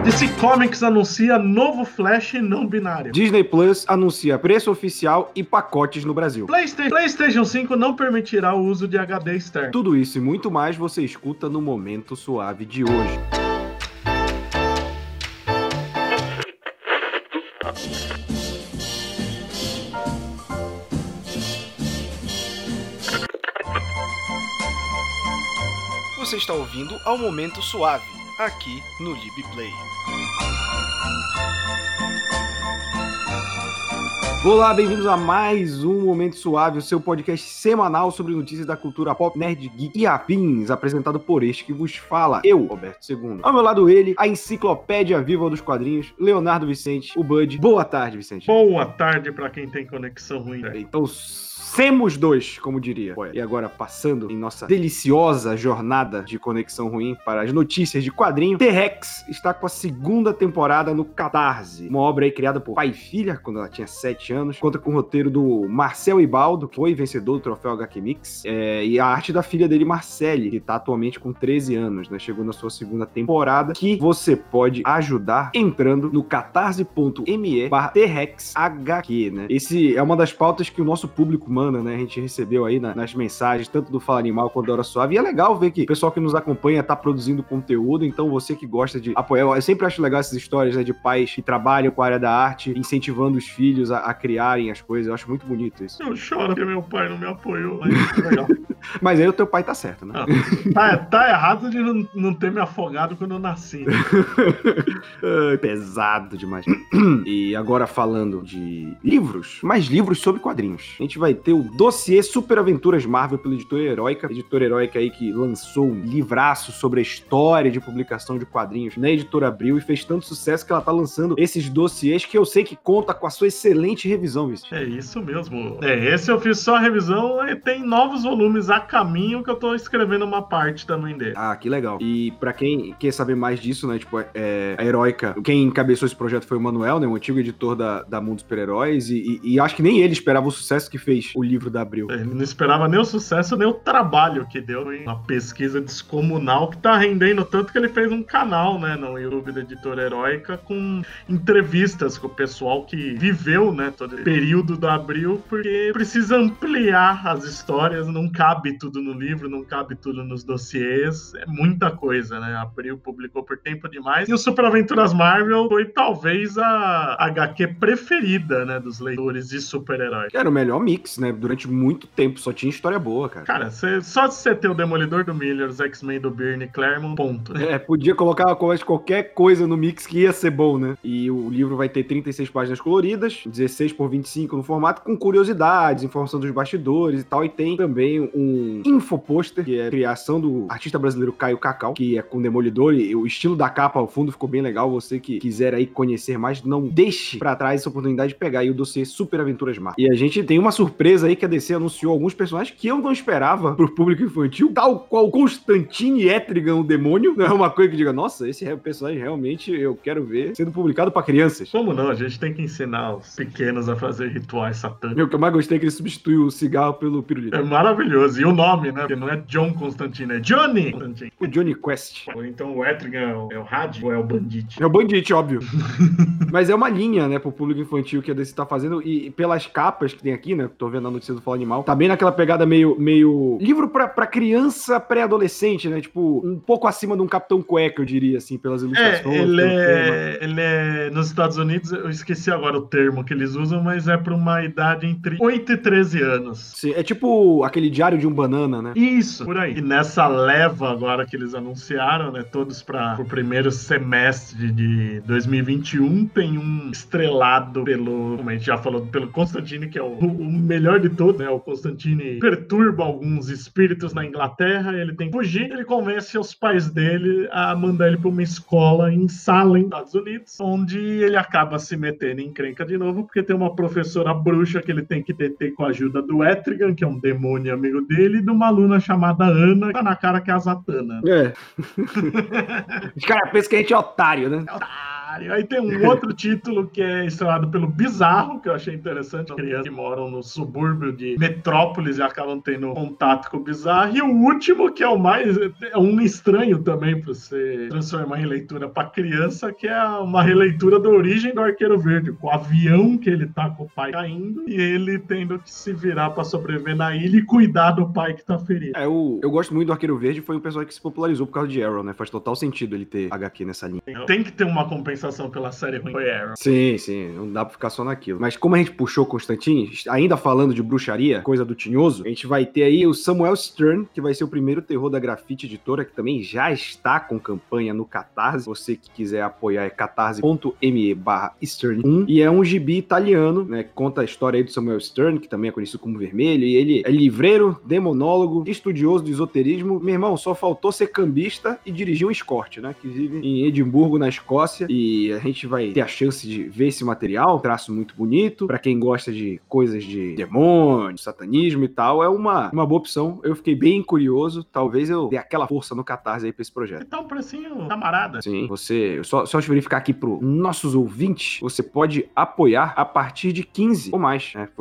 DC Comics anuncia novo Flash não binário. Disney Plus anuncia preço oficial e pacotes no Brasil. PlayStation 5 não permitirá o uso de HD externo. Tudo isso e muito mais você escuta no Momento Suave de hoje. Você está ouvindo ao Momento Suave, aqui no LibPlay. Olá, bem-vindos a mais um Momento Suave, o seu podcast semanal sobre notícias da cultura pop, nerd, geek e afins, apresentado por este que vos fala, eu, Roberto II. Ao meu lado ele, a enciclopédia viva dos quadrinhos, Leonardo Vicente, o Bud. Boa tarde, Vicente. Boa tarde pra quem tem conexão ruim. Então, semos dois, como diria. E agora, passando em nossa deliciosa jornada de conexão ruim para as notícias de quadrinho, T-Rex está com a segunda temporada no Catarse. Uma obra aí criada por pai e filha, quando ela tinha 7 anos. Conta com o roteiro do Marcel Ibaldo, que foi vencedor do troféu HQ Mix. E a arte da filha dele, Marcele, que está atualmente com 13 anos, né? Chegou na sua segunda temporada, que você pode ajudar entrando no catarse.me/TREXHQ, né? Esse é uma das pautas que o nosso público manda, né? A gente recebeu aí nas mensagens, tanto do Fala Animal quanto da Hora Suave, e é legal ver que o pessoal que nos acompanha tá produzindo conteúdo, então você que gosta de apoiar, eu sempre acho legal essas histórias, né, de pais que trabalham com a área da arte, incentivando os filhos a criarem as coisas, eu acho muito bonito isso. Eu choro porque meu pai não me apoiou, mas é legal. Mas aí o teu pai tá certo, né? Tá errado de não ter me afogado quando eu nasci. Pesado demais. E agora falando de livros, mais livros sobre quadrinhos. A gente vai ter o dossiê Super Aventuras Marvel pela Editora Heróica. Editora Heróica aí que lançou um livraço sobre a história de publicação de quadrinhos na Editora Abril e fez tanto sucesso que ela tá lançando esses dossiês que eu sei que conta com a sua excelente revisão, Vicente. É isso mesmo. Esse eu fiz só a revisão e tem novos volumes a caminho que eu tô escrevendo uma parte também dele. Ah, que legal. E pra quem quer saber mais disso, né, tipo, a Heróica, quem encabeçou esse projeto foi o Manuel, né, o antigo editor da Mundo Super-Heróis, e acho que nem ele esperava o sucesso que fez o livro da Abril. Ele não esperava nem o sucesso, nem o trabalho que deu em uma pesquisa descomunal que tá rendendo tanto que ele fez um canal, né, no YouTube da Editora Heróica com entrevistas com o pessoal que viveu, né, todo o período da Abril, porque precisa ampliar as histórias, não cabe tudo no livro, não cabe tudo nos dossiês, é muita coisa, né, a Abril publicou por tempo demais, e o Super Aventuras Marvel foi talvez a HQ preferida, né, dos leitores de super-heróis. Era o melhor mix, né? Durante muito tempo só tinha história boa, cara. Cara, só de você ter o Demolidor do Miller, os X-Men do Byrne e Claremont, ponto. Podia colocar qualquer coisa no mix que ia ser bom, né? E o livro vai ter 36 páginas coloridas, 16 por 25 no formato, com curiosidades, informação dos bastidores e tal. E tem também um infopôster, que é a criação do artista brasileiro Caio Cacau, que é com Demolidor, e o estilo da capa ao fundo ficou bem legal. Você que quiser aí conhecer mais, não deixe pra trás essa oportunidade de pegar aí o dossiê Super Aventuras Marvel. E a gente tem uma surpresa aí que a DC anunciou alguns personagens que eu não esperava pro público infantil, tal qual Constantine Etrigan, o demônio. Não é uma coisa que diga, nossa, esse personagem realmente eu quero ver sendo publicado pra crianças. Como não? A gente tem que ensinar os pequenos a fazer rituais satânicos. O que eu mais gostei é que ele substituiu o cigarro pelo pirulito. É maravilhoso. E o nome, né? Porque não é John Constantine, é Johnny Constantine. O Johnny Quest. Ou então o Etrigan é o Had ou é o Bandit? É o Bandit, óbvio. Mas é uma linha, né, pro público infantil que a DC tá fazendo, e pelas capas que tem aqui, né, tô vendo a notícia do Fala Animal, tá bem naquela pegada meio livro pra criança pré-adolescente, né, tipo, um pouco acima de um Capitão Cueca, eu diria, assim, pelas ilustrações. Ele é, nos Estados Unidos, eu esqueci agora o termo que eles usam, mas é pra uma idade entre 8 e 13 anos. Sim, é tipo aquele Diário de um Banana, né? Isso, por aí. E nessa leva agora que eles anunciaram, né, todos para o primeiro semestre de 2021, tem um estrelado pelo, como a gente já falou, pelo Constantine, que é o melhor de todos, né? O Constantine perturba alguns espíritos na Inglaterra, ele tem que fugir, ele convence os pais dele a mandar ele para uma escola em Salem, Estados Unidos, onde ele acaba se metendo em encrenca de novo, porque tem uma professora bruxa que ele tem que deter com a ajuda do Etrigan, que é um demônio amigo dele, e de uma aluna chamada Ana, que tá na cara que é a Zatanna. Os caras pensam que a gente é otário, né? pariu. Aí tem um outro título que é estrelado pelo Bizarro, que eu achei interessante. Crianças que moram no subúrbio de Metrópolis e acabam tendo contato com o Bizarro. E o último, que é o mais... É um estranho também para você transformar em leitura para criança, que é uma releitura da origem do Arqueiro Verde, com o avião que ele tá com o pai caindo e ele tendo que se virar para sobreviver na ilha e cuidar do pai que tá ferido. Eu gosto muito do Arqueiro Verde, foi um personagem que se popularizou por causa de Arrow, né? Faz total sentido ele ter HQ nessa linha. Tem que ter uma compensação pela série ruim. Foi Arrow. Sim, não dá pra ficar só naquilo. Mas como a gente puxou Constantine, ainda falando de bruxaria, coisa do Tinhoso, a gente vai ter aí o Samuel Stern, que vai ser o primeiro terror da Grafite Editora, que também já está com campanha no Catarse. Você que quiser apoiar é catarse.me/Stern1. E é um gibi italiano, né? Que conta a história aí do Samuel Stern, que também é conhecido como Vermelho. E ele é livreiro, demonólogo, estudioso do esoterismo. Meu irmão, só faltou ser cambista e dirigir um escorte, né? Que vive em Edimburgo, na Escócia. E a gente vai ter a chance de ver esse material. Traço muito bonito. Pra quem gosta de coisas de demônio, satanismo e tal, é uma boa opção. Eu fiquei bem curioso. Talvez eu dê aquela força no Catarse aí pra esse projeto. Então, um precinho camarada. Sim, só deixa eu verificar aqui pro nossos ouvintes, você pode apoiar a partir de 15 ou mais, né?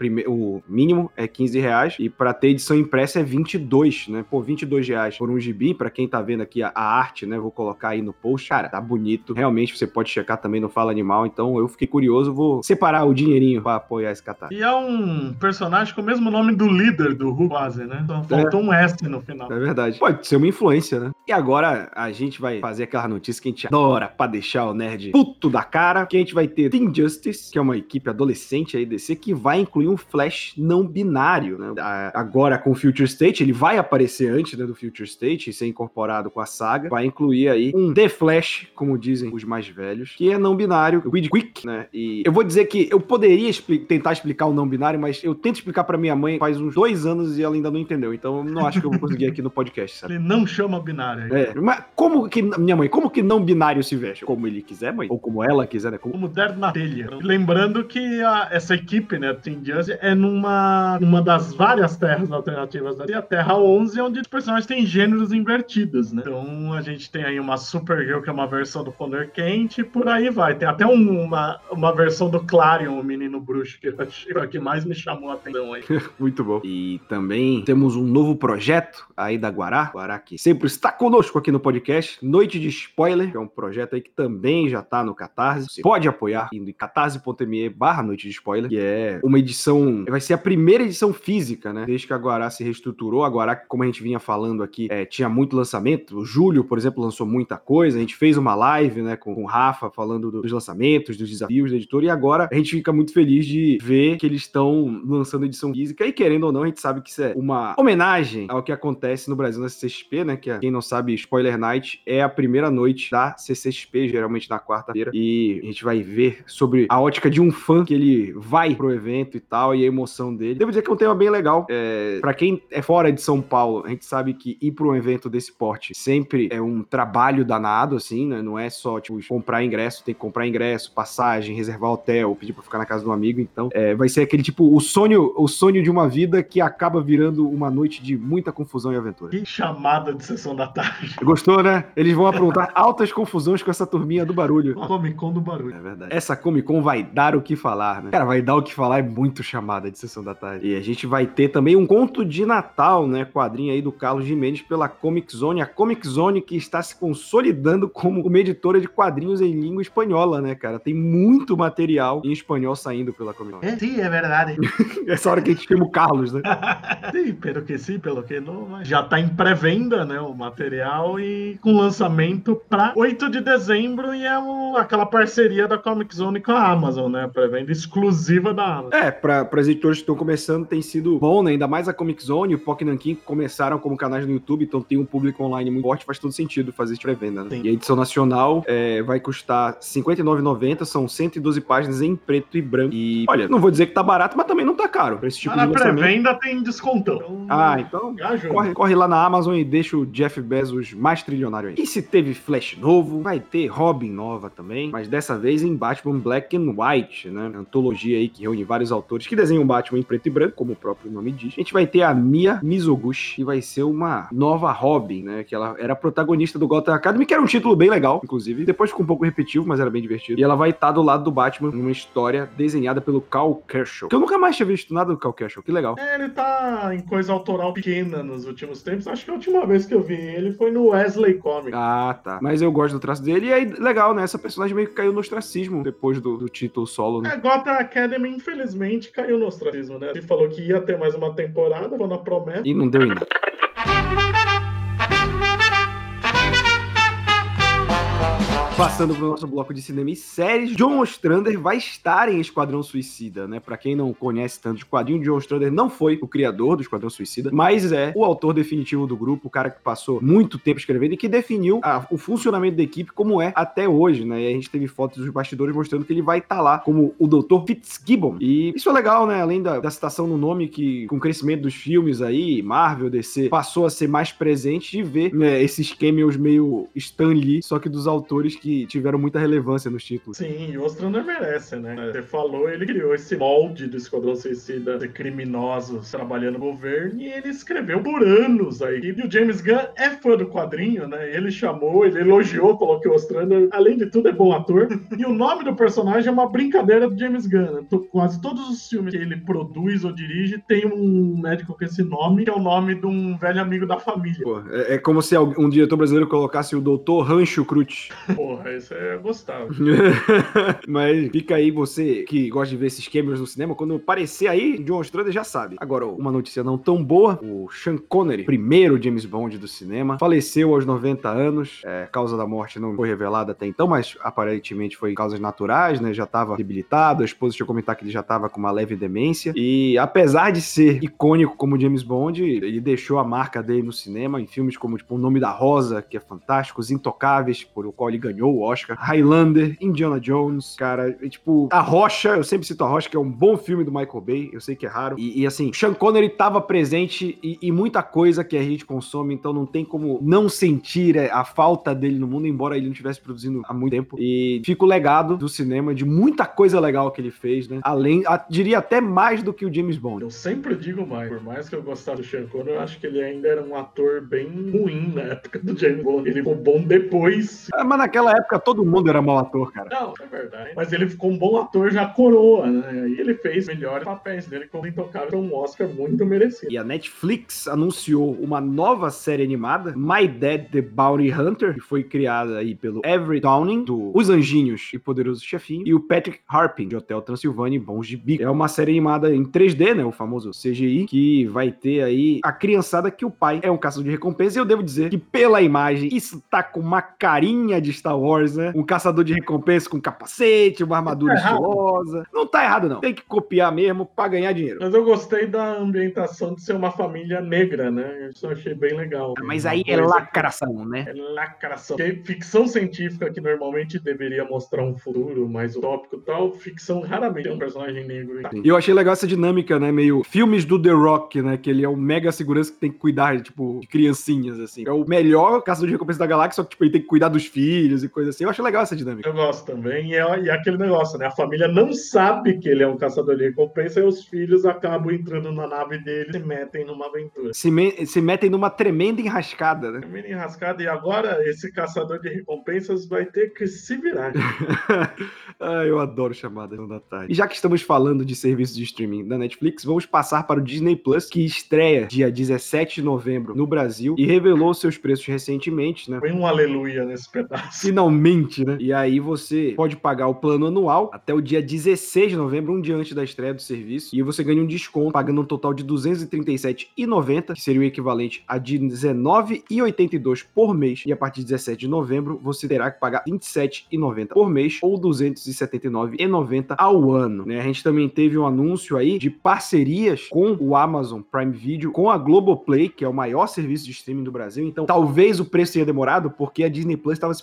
O mínimo é R$15 e pra ter edição impressa é 22, né? Pô, R$22 por um gibi, pra quem tá vendo aqui a arte, né? Vou colocar aí no post. Cara, tá bonito. Realmente, você pode checar também no Fala Animal, então eu fiquei curioso, vou separar o dinheirinho pra apoiar esse catarse. E é um personagem com o mesmo nome do líder do Who, quase, né? Então faltou um S no final. É verdade. Pode ser uma influência, né? E agora a gente vai fazer aquela notícia que a gente adora pra deixar o nerd puto da cara, que a gente vai ter Team Justice, que é uma equipe adolescente aí DC, que vai incluir um Flash não binário, né? Agora com o Future State, ele vai aparecer antes, né, do Future State e ser incorporado com a saga, vai incluir aí um The Flash, como dizem os mais velhos, que é não binário, Quid Quick, né? E eu vou dizer que eu poderia tentar explicar o não binário, mas eu tento explicar pra minha mãe faz uns 2 anos e ela ainda não entendeu, então eu não acho que eu vou conseguir aqui no podcast, sabe? Ele não chama binário. Mas como que, minha mãe, como que não binário se veste? Como ele quiser, mãe? Ou como ela quiser, né? Como der na telha. Lembrando que essa equipe, né, Team Justice, é numa das várias terras alternativas da Terra 11, onde os personagens têm gêneros invertidos, né? Então a gente tem aí uma Supergirl, que é uma versão do Condor Quente, e por aí vai. Tem até uma versão do Clarion, o menino bruxo, que eu achei a que mais me chamou a atenção aí. Muito bom. E também temos um novo projeto aí da Guará que sempre está conosco aqui no podcast, Noite de Spoiler, que é um projeto aí que também já tá no Catarse. Você pode apoiar indo em catarse.me/Noite de Spoiler, que é uma edição, vai ser a primeira edição física, né? Desde que a Guará se reestruturou. A Guará, como a gente vinha falando aqui, tinha muito lançamento. O Júlio, por exemplo, lançou muita coisa. A gente fez uma live, né, com o Rafa, falando dos lançamentos, dos desafios da editora, e agora a gente fica muito feliz de ver que eles estão lançando edição física, e querendo ou não, a gente sabe que isso é uma homenagem ao que acontece no Brasil na CCXP, né, que quem não sabe, Spoiler Night é a primeira noite da CCXP, geralmente na quarta-feira, e a gente vai ver sobre a ótica de um fã, que ele vai pro evento e tal, e a emoção dele. Devo dizer que é um tema bem legal. Pra quem é fora de São Paulo, a gente sabe que ir pra um evento desse porte sempre é um trabalho danado, assim, né? Não é só, tipo, comprar ingresso, tem que comprar ingresso, passagem, reservar hotel, pedir pra ficar na casa de um amigo. Então, vai ser aquele, tipo, o sonho de uma vida que acaba virando uma noite de muita confusão e aventura. Que chamada de sessão da tarde. Gostou, né? Eles vão aprontar altas confusões com essa turminha do barulho. A Comic Con do barulho. É verdade. Essa Comic Con vai dar o que falar, né? Cara, vai dar o que falar, é muito chamada de sessão da tarde. E a gente vai ter também um conto de Natal, né? Quadrinho aí do Carlos Gimenez pela Comic Zone. A Comic Zone que está se consolidando como uma editora de quadrinhos em língua espanhola, né, cara? Tem muito material em espanhol saindo pela Comic Zone. Sim, é verdade. Essa hora que a gente chama o Carlos, né? Sim, pelo que não, mas já tá em pré-venda, né, o material, e com lançamento para 8 de dezembro, e é aquela parceria da Comic Zone com a Amazon, né, pré-venda exclusiva da Amazon. Para as editoras que estão começando, tem sido bom, né, ainda mais a Comic Zone e o Pock Nankin começaram como canais no YouTube, então tem um público online muito forte, faz todo sentido fazer pré-venda, né? E a edição nacional vai custar R$ 59,90, são 112 páginas em preto e branco. E, olha, não vou dizer que tá barato, mas também não tá caro pra esse tipo de lançamento. Na pré-venda tem descontão. Então corre lá na Amazon e deixa o Jeff Bezos os mais trilionários aí. E se teve Flash novo, vai ter Robin nova também, mas dessa vez em Batman Black and White, né? Antologia aí que reúne vários autores que desenham Batman em preto e branco, como o próprio nome diz. A gente vai ter a Mia Mizoguchi, que vai ser uma nova Robin, né? Que ela era protagonista do Gotham Academy, que era um título bem legal, inclusive. Depois ficou um pouco repetitivo, mas era bem divertido. E ela vai estar do lado do Batman numa história desenhada pelo Cal Kershaw. Que eu nunca mais tinha visto nada do Cal Kershaw, que legal. Ele tá em coisa autoral pequena nos últimos tempos. Acho que a última vez que eu vi ele foi no Wesley Comics. Ah, tá. Mas eu gosto do traço dele. E aí, legal, né? Essa personagem meio que caiu no ostracismo depois do título solo, né? Gotham Academy, infelizmente, caiu no ostracismo, né? Ele falou que ia ter mais uma temporada, quando a promessa. E não deu em nada. Passando pro nosso bloco de cinema e séries, John Ostrander vai estar em Esquadrão Suicida, né? Pra quem não conhece tanto de quadrinho, John Ostrander não foi o criador do Esquadrão Suicida, mas é o autor definitivo do grupo, o cara que passou muito tempo escrevendo e que definiu o funcionamento da equipe como é até hoje, né? E a gente teve fotos dos bastidores mostrando que ele vai estar lá como o Dr. Fitzgibbon. E isso é legal, né? Além da citação no nome, que com o crescimento dos filmes aí, Marvel, DC, passou a ser mais presente, e ver, né, esses cameos meio Stan Lee, só que dos autores que tiveram muita relevância nos títulos. Sim, e o Ostrander merece, né? Você falou, ele criou esse molde do Esquadrão Suicida de criminosos trabalhando no governo, e ele escreveu por anos aí. E o James Gunn é fã do quadrinho, né? Ele chamou, ele elogiou, falou que o Ostrander, além de tudo, é bom ator. E o nome do personagem é uma brincadeira do James Gunn, né? Quase todos os filmes que ele produz ou dirige tem um médico com esse nome, que é o nome de um velho amigo da família. Pô, é como se um diretor brasileiro colocasse o Dr. Rancho Cruz. Porra, isso é gostável. Mas fica aí, você que gosta de ver esses cameos no cinema, quando aparecer aí, John Ostrander já sabe. Agora, uma notícia não tão boa, o Sean Connery, primeiro James Bond do cinema, faleceu aos 90 anos, causa da morte não foi revelada até então, mas aparentemente foi em causas naturais, né, já estava debilitado, a esposa tinha comentado que ele já estava com uma leve demência, e apesar de ser icônico como James Bond, ele deixou a marca dele no cinema, em filmes como, tipo, O Nome da Rosa, que é fantástico, Os Intocáveis, por o qual ele ganhou o Oscar, Highlander, Indiana Jones, cara, tipo, A Rocha, eu sempre cito A Rocha, que é um bom filme do Michael Bay, eu sei que é raro, e assim, Sean Connery tava presente e muita coisa que a gente consome, então não tem como não sentir a falta dele no mundo, embora ele não estivesse produzindo há muito tempo, e fica o legado do cinema, de muita coisa legal que ele fez, né, diria até mais do que o James Bond. Eu sempre digo mais, por mais que eu gostasse do Sean Connery, eu acho que ele ainda era um ator bem ruim na época do James Bond, ele ficou bom depois. Mas naquela época todo mundo era mau ator, cara. Não, é verdade. Mas ele ficou um bom ator já coroa, né? E ele fez melhores papéis dele como Intocável, um Oscar muito merecido. E a Netflix anunciou uma nova série animada, My Dad, The Bounty Hunter, que foi criada aí pelo Avery Downing, do Os Anjinhos e Poderoso Chefinho, e o Patrick Harpin, de Hotel Transilvânia e Bons de Bico. É uma série animada em 3D, né? O famoso CGI, que vai ter aí a criançada que o pai é um caçador de recompensa, e eu devo dizer que pela imagem, isso tá com uma carinha de Star Wars, né? Um caçador de recompensa com capacete, uma armadura estilosa. Não tá errado, não. Tem que copiar mesmo pra ganhar dinheiro. Mas eu gostei da ambientação de ser uma família negra, né? Isso eu achei bem legal. Mas aí é lacração, né? É lacração. Porque ficção científica, que normalmente deveria mostrar um futuro mais utópico e tal, ficção raramente é um personagem negro. E eu achei legal essa dinâmica, né? Meio filmes do The Rock, né? Que ele é um mega segurança que tem que cuidar, tipo, de criancinhas, assim. É o melhor caçador de recompensa da galáxia, só que, tipo, ele tem que cuidar dos filhos e coisa assim. Eu acho legal essa dinâmica. Eu gosto também. E é aquele negócio, né? A família não sabe que ele é um caçador de recompensa, e os filhos acabam entrando na nave dele e se metem numa aventura. Se metem numa tremenda enrascada, né? Tremenda enrascada. E agora esse caçador de recompensas vai ter que se virar. Eu adoro chamada da tarde. E já que estamos falando de serviços de streaming da Netflix, vamos passar para o Disney Plus, que estreia dia 17 de novembro no Brasil e revelou seus preços recentemente, né? Foi um aleluia nesse pedaço. Finalmente, né? E aí você pode pagar o plano anual até o dia 16 de novembro, um dia antes da estreia do serviço, e você ganha um desconto pagando um total de R$ 237,90, que seria o equivalente a de R$ 19,82 por mês, e a partir de 17 de novembro você terá que pagar R$ 27,90 por mês ou R$ 279,90 ao ano, né? A gente também teve um anúncio aí de parcerias com o Amazon Prime Video, com a Globoplay, que é o maior serviço de streaming do Brasil, então talvez o preço tenha demorado porque a Disney Plus estava se preparando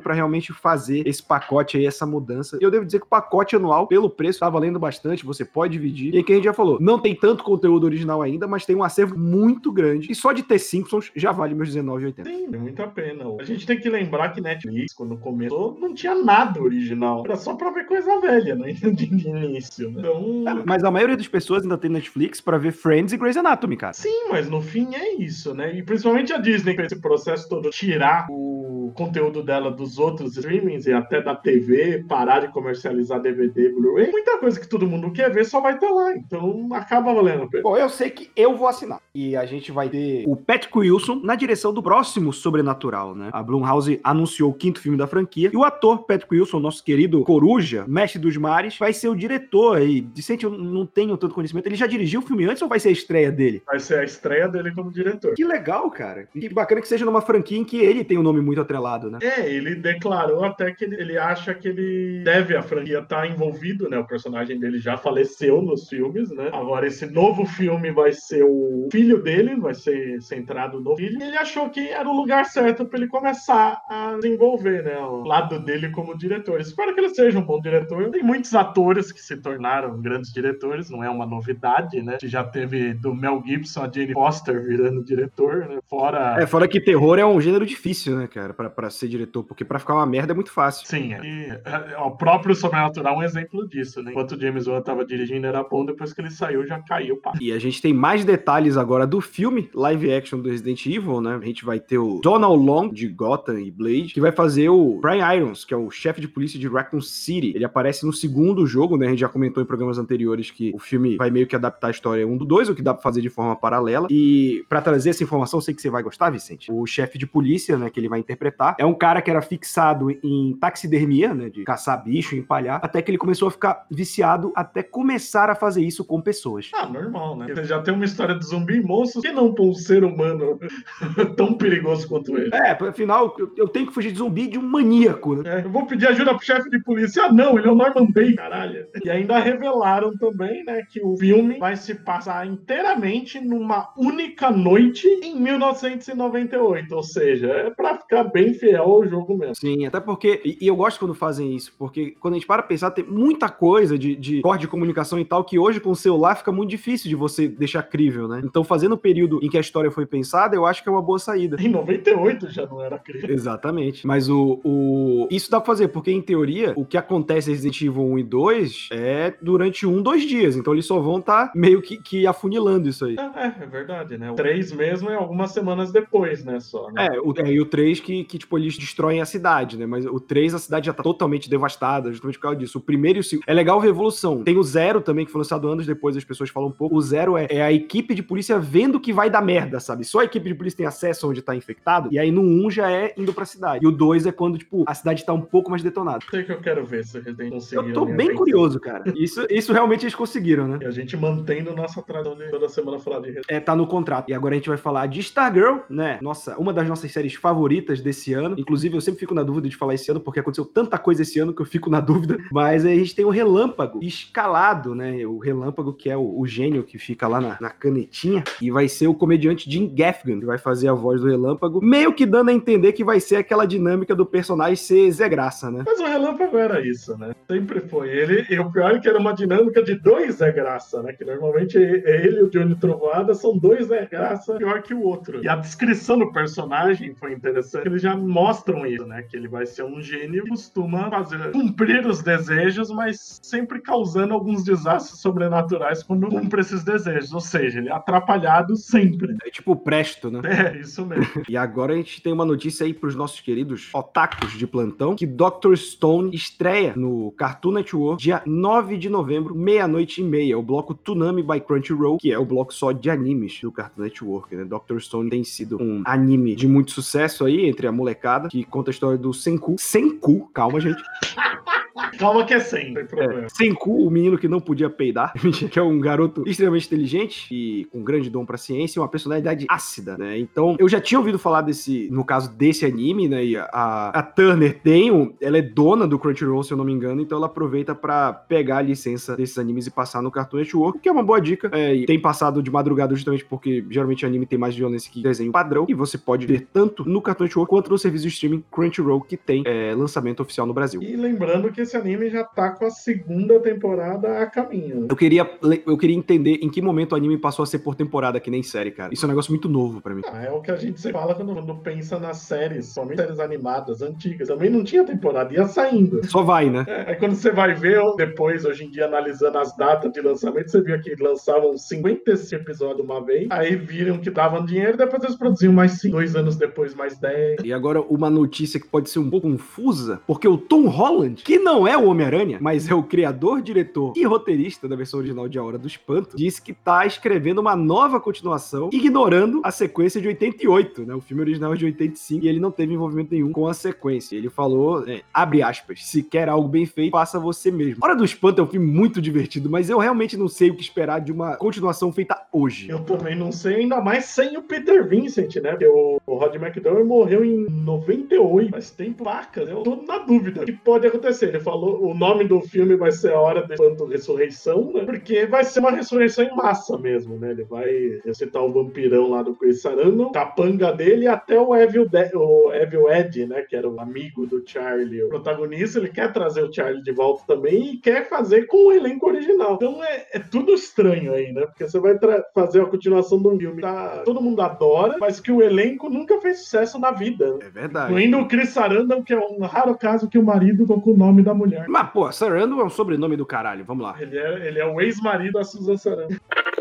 pra realmente fazer esse pacote aí, essa mudança. E eu devo dizer que o pacote anual, pelo preço, tá valendo bastante, você pode dividir. E aí, que a gente já falou, não tem tanto conteúdo original ainda, mas tem um acervo muito grande. E só de ter Simpsons já vale meus R$19,80. Sim, é muito a pena. A gente tem que lembrar que Netflix, quando começou, não tinha nada original. Era só pra ver coisa velha, né? De início, né? Então... Mas a maioria das pessoas ainda tem Netflix pra ver Friends e Grey's Anatomy, cara. Sim, mas no fim é isso, né? E principalmente a Disney, com esse processo todo, tirar o conteúdo dela dos outros streamings e até da TV, parar de comercializar DVD, Blu-ray, muita coisa que todo mundo quer ver só vai estar lá. Então acaba valendo a pena. Bom, eu sei que eu vou assinar. E a gente vai ter o Patrick Wilson na direção do próximo Sobrenatural, né? A Blumhouse anunciou o 5º filme da franquia. E o ator Patrick Wilson, nosso querido Coruja, mestre dos mares, vai ser o diretor aí. Vicente, eu não tenho tanto conhecimento. Ele já dirigiu o filme antes ou vai ser a estreia dele? Vai ser a estreia dele como diretor. Que legal, cara. E que bacana que seja numa franquia em que ele tem um nome muito atrelado, né? É, ele declarou até que ele acha que ele deve a franquia estar envolvido, né? O personagem dele já faleceu nos filmes, né? Agora esse novo filme vai ser o filho dele, vai ser centrado no filho. E ele achou que era o lugar certo para ele começar a desenvolver, né? O lado dele como diretor. Espero que ele seja um bom diretor. Tem muitos atores que se tornaram grandes diretores, não é uma novidade, né? Já teve do Mel Gibson a Jane Foster virando diretor, né? Fora que terror é um gênero difícil, né, cara, pra ser diretor, porque pra ficar uma merda é muito fácil. Sim, e o próprio Sobrenatural é um exemplo disso, né? Enquanto o James Wan tava dirigindo era bom, depois que ele saiu já caiu, pá. E a gente tem mais detalhes agora do filme live action do Resident Evil, né? A gente vai ter o Donald Long, de Gotham e Blade, que vai fazer o Brian Irons, que é o chefe de polícia de Raccoon City. Ele aparece no 2º jogo, né? A gente já comentou em programas anteriores que o filme vai meio que adaptar a história 1 do 2, o que dá pra fazer de forma paralela. E pra trazer essa informação, eu sei que você vai gostar, Vicente. O chefe de polícia, né, que ele vai interpretar, é um cara que era fixado em taxidermia, né, de caçar bicho, empalhar, até que ele começou a ficar viciado até começar a fazer isso com pessoas. Ah, normal, né? Você já tem uma história de zumbi e monstros, que não pra um ser humano tão perigoso quanto ele? Afinal, eu tenho que fugir de zumbi de um maníaco, né? Eu vou pedir ajuda pro chefe de polícia. Ah, não, ele é o Norman Bates, caralho. E ainda revelaram também, né, que o filme vai se passar inteiramente numa única noite em 1998, ou seja, é pra ficar bem fiel ao jogo mesmo. Sim, até porque, e eu gosto quando fazem isso, porque quando a gente para pensar, tem muita coisa de corte de comunicação e tal, que hoje com o celular fica muito difícil de você deixar crível, né? Então, fazendo o período em que a história foi pensada, eu acho que é uma boa saída. Em 98 já não era crível. Exatamente. Mas isso dá pra fazer, porque em teoria, o que acontece em Resident Evil 1 e 2 é durante 2 dias, então eles só vão estar meio que afunilando isso aí. É verdade, né? O 3 mesmo é algumas semanas depois, né, só. Né? E o 3 que, tipo, eles destroem a cidade, né? Mas o 3, a cidade já tá totalmente devastada, justamente por causa disso. O primeiro e o segundo... É legal ver a evolução. Tem o 0 também, que foi lançado anos depois, as pessoas falam um pouco. O 0 é a equipe de polícia vendo que vai dar merda, sabe? Só a equipe de polícia tem acesso onde tá infectado, e aí no 1 já é indo pra cidade. E o 2 é quando, tipo, a cidade tá um pouco mais detonada. Sei que eu quero ver se eles conseguiram. Eu tô bem curioso, cara. Isso realmente eles conseguiram, né? E a gente mantendo nossa tradição de toda semana falar de Resident. Tá no contrato. E agora a gente vai falar de Stargirl, né? Uma das nossas séries favoritas desse ano. Inclusive, eu sempre fico na dúvida de falar esse ano, porque aconteceu tanta coisa esse ano que eu fico na dúvida. Mas aí a gente tem o Relâmpago escalado, né? O Relâmpago, que é o gênio que fica lá na canetinha. E vai ser o comediante Jim Gaffigan, que vai fazer a voz do Relâmpago. Meio que dando a entender que vai ser aquela dinâmica do personagem ser Zé Graça, né? Mas o Relâmpago era isso, né? Sempre foi. E o pior é que era uma dinâmica de 2 Zé Graça, né? Que normalmente ele e o Johnny Trovoada são 2 Zé Graça pior que o outro. E a descrição do personagem foi interessante. Eles já mostram isso, né? Que ele vai ser um gênio que costuma cumprir os desejos, mas sempre causando alguns desastres sobrenaturais quando cumpre esses desejos. Ou seja, ele é atrapalhado sempre. É tipo o Presto, né? É, isso mesmo. E agora a gente tem uma notícia aí pros nossos queridos otakus de plantão, que Dr. Stone estreia no Cartoon Network dia 9 de novembro, 00:30, o bloco Toonami by Crunchyroll, que é o bloco só de animes do Cartoon Network, né? Dr. Stone tem sido um anime de muito sucesso aí entre a molecada, que conta a história do Senku. Senku, calma, gente. Calma que é 100, não tem problema. Senku, o menino que não podia peidar, que é um garoto extremamente inteligente e com grande dom pra ciência e uma personalidade ácida, né? Então, eu já tinha ouvido falar no caso desse anime, né? E a Turner ela é dona do Crunchyroll, se eu não me engano, então ela aproveita pra pegar a licença desses animes e passar no Cartoon Network, que é uma boa dica. E tem passado de madrugada justamente porque geralmente anime tem mais violência que desenho padrão, e você pode ver tanto no Cartoon Network quanto no serviço de streaming Crunchyroll, que tem lançamento oficial no Brasil. E lembrando que esse anime já tá com a segunda temporada a caminho. Eu queria entender em que momento o anime passou a ser por temporada, que nem série, cara. Isso é um negócio muito novo pra mim. É o que a gente sempre fala quando pensa nas séries, somente séries animadas, antigas. Também não tinha temporada, ia saindo. Só vai, né? Aí quando você vai ver, depois, hoje em dia, analisando as datas de lançamento, você viu que lançavam 55 episódios uma vez, aí viram que davam dinheiro, depois eles produziam mais 5, 2 anos depois, mais 10. E agora, uma notícia que pode ser um pouco confusa, porque o Tom Holland, que não é o Homem-Aranha, mas é o criador, diretor e roteirista da versão original de A Hora do Espanto, disse que tá escrevendo uma nova continuação, ignorando a sequência de 88, né? O filme original é de 85 e ele não teve envolvimento nenhum com a sequência. Ele falou, abre aspas, se quer algo bem feito, faça você mesmo. A Hora do Espanto é um filme muito divertido, mas eu realmente não sei o que esperar de uma continuação feita hoje. Eu também não sei, ainda mais sem o Peter Vincent, né? Porque o Rod McDowell morreu em 98, faz tempo vacas. Eu tô na dúvida o que pode acontecer. Ele falou, o nome do filme vai ser A Hora do Espanto Ressurreição, né? Porque vai ser uma ressurreição em massa mesmo, né? Ele vai ressuscitar o vampirão lá do Chris Sarandon, capanga dele, até o Evil Ed, né? Que era o amigo do Charlie, o protagonista. Ele quer trazer o Charlie de volta também e quer fazer com o elenco original. Então é tudo estranho aí, né? Porque você vai fazer a continuação de um filme que todo mundo adora, mas que o elenco nunca fez sucesso na vida. É verdade. Incluindo o Chris Sarandon, que é um raro caso que o marido colocou o nome da mulher. Mas, pô, Sarandon é um sobrenome do caralho, vamos lá. Ele é o ex-marido da Susan Sarandon.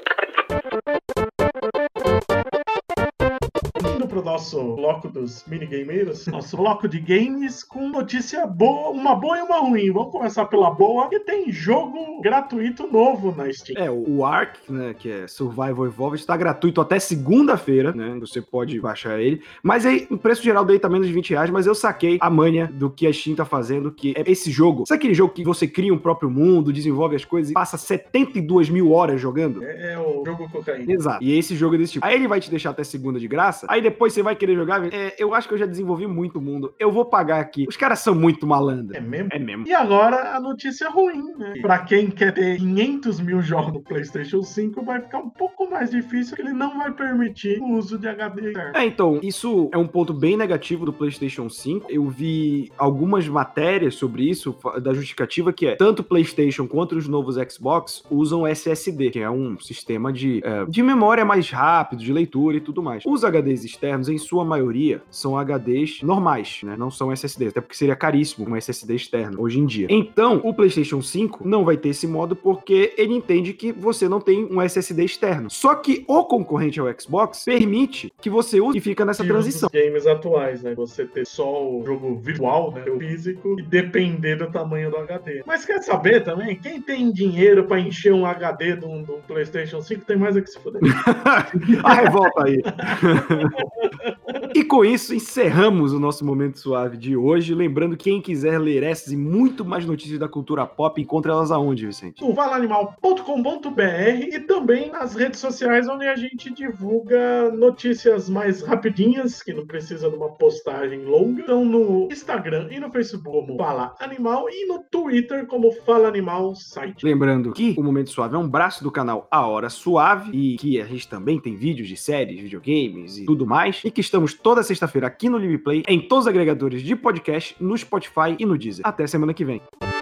Pro nosso bloco dos minigameiros, nosso bloco de games com notícia boa, uma boa e uma ruim. Vamos começar pela boa, que tem jogo gratuito novo na Steam. O Ark, né, que é Survival Evolved, está gratuito até segunda-feira, né, você pode baixar ele, mas aí o preço geral dele tá menos de R$20, mas eu saquei a manha do que a Steam tá fazendo, que é esse jogo. Sabe aquele jogo que você cria um próprio mundo, desenvolve as coisas e passa 72 mil horas jogando? É o jogo cocaína. Exato, e esse jogo é desse tipo. Aí ele vai te deixar até segunda de graça, aí depois você vai querer jogar, eu acho que eu já desenvolvi muito o mundo, eu vou pagar aqui. Os caras são muito malandros. É mesmo? É mesmo. E agora a notícia ruim, né? Pra quem quer ter 500 mil jogos no PlayStation 5, vai ficar um pouco mais difícil, porque ele não vai permitir o uso de HD externo. Então, isso é um ponto bem negativo do PlayStation 5. Eu vi algumas matérias sobre isso, da justificativa que tanto o PlayStation quanto os novos Xbox usam SSD, que é um sistema de memória mais rápido, de leitura e tudo mais. Os HDs externos, em sua maioria, são HDs normais, né? Não são SSDs, até porque seria caríssimo um SSD externo hoje em dia. Então, o PlayStation 5 não vai ter esse modo porque ele entende que você não tem um SSD externo. Só que o concorrente ao Xbox permite que você use e fica nessa transição. Os games atuais, né? Você ter só o jogo virtual, né? O físico, e depender do tamanho do HD. Mas quer saber também? Quem tem dinheiro pra encher um HD do PlayStation 5 tem mais a que se fuder. A revolta aí. E com isso, encerramos o nosso Momento Suave de hoje. Lembrando que quem quiser ler essas e muito mais notícias da cultura pop, encontra elas aonde, Vicente? No valaanimal.com.br e também nas redes sociais, onde a gente divulga notícias mais rapidinhas, que não precisa de uma postagem longa. Então, no Instagram e no Facebook como Fala Animal e no Twitter como Fala Animal Site. Lembrando que o Momento Suave é um braço do canal A Hora Suave e que a gente também tem vídeos de séries, videogames e tudo mais, e que estamos toda sexta-feira aqui no Live Play, em todos os agregadores de podcast, no Spotify e no Deezer. Até semana que vem.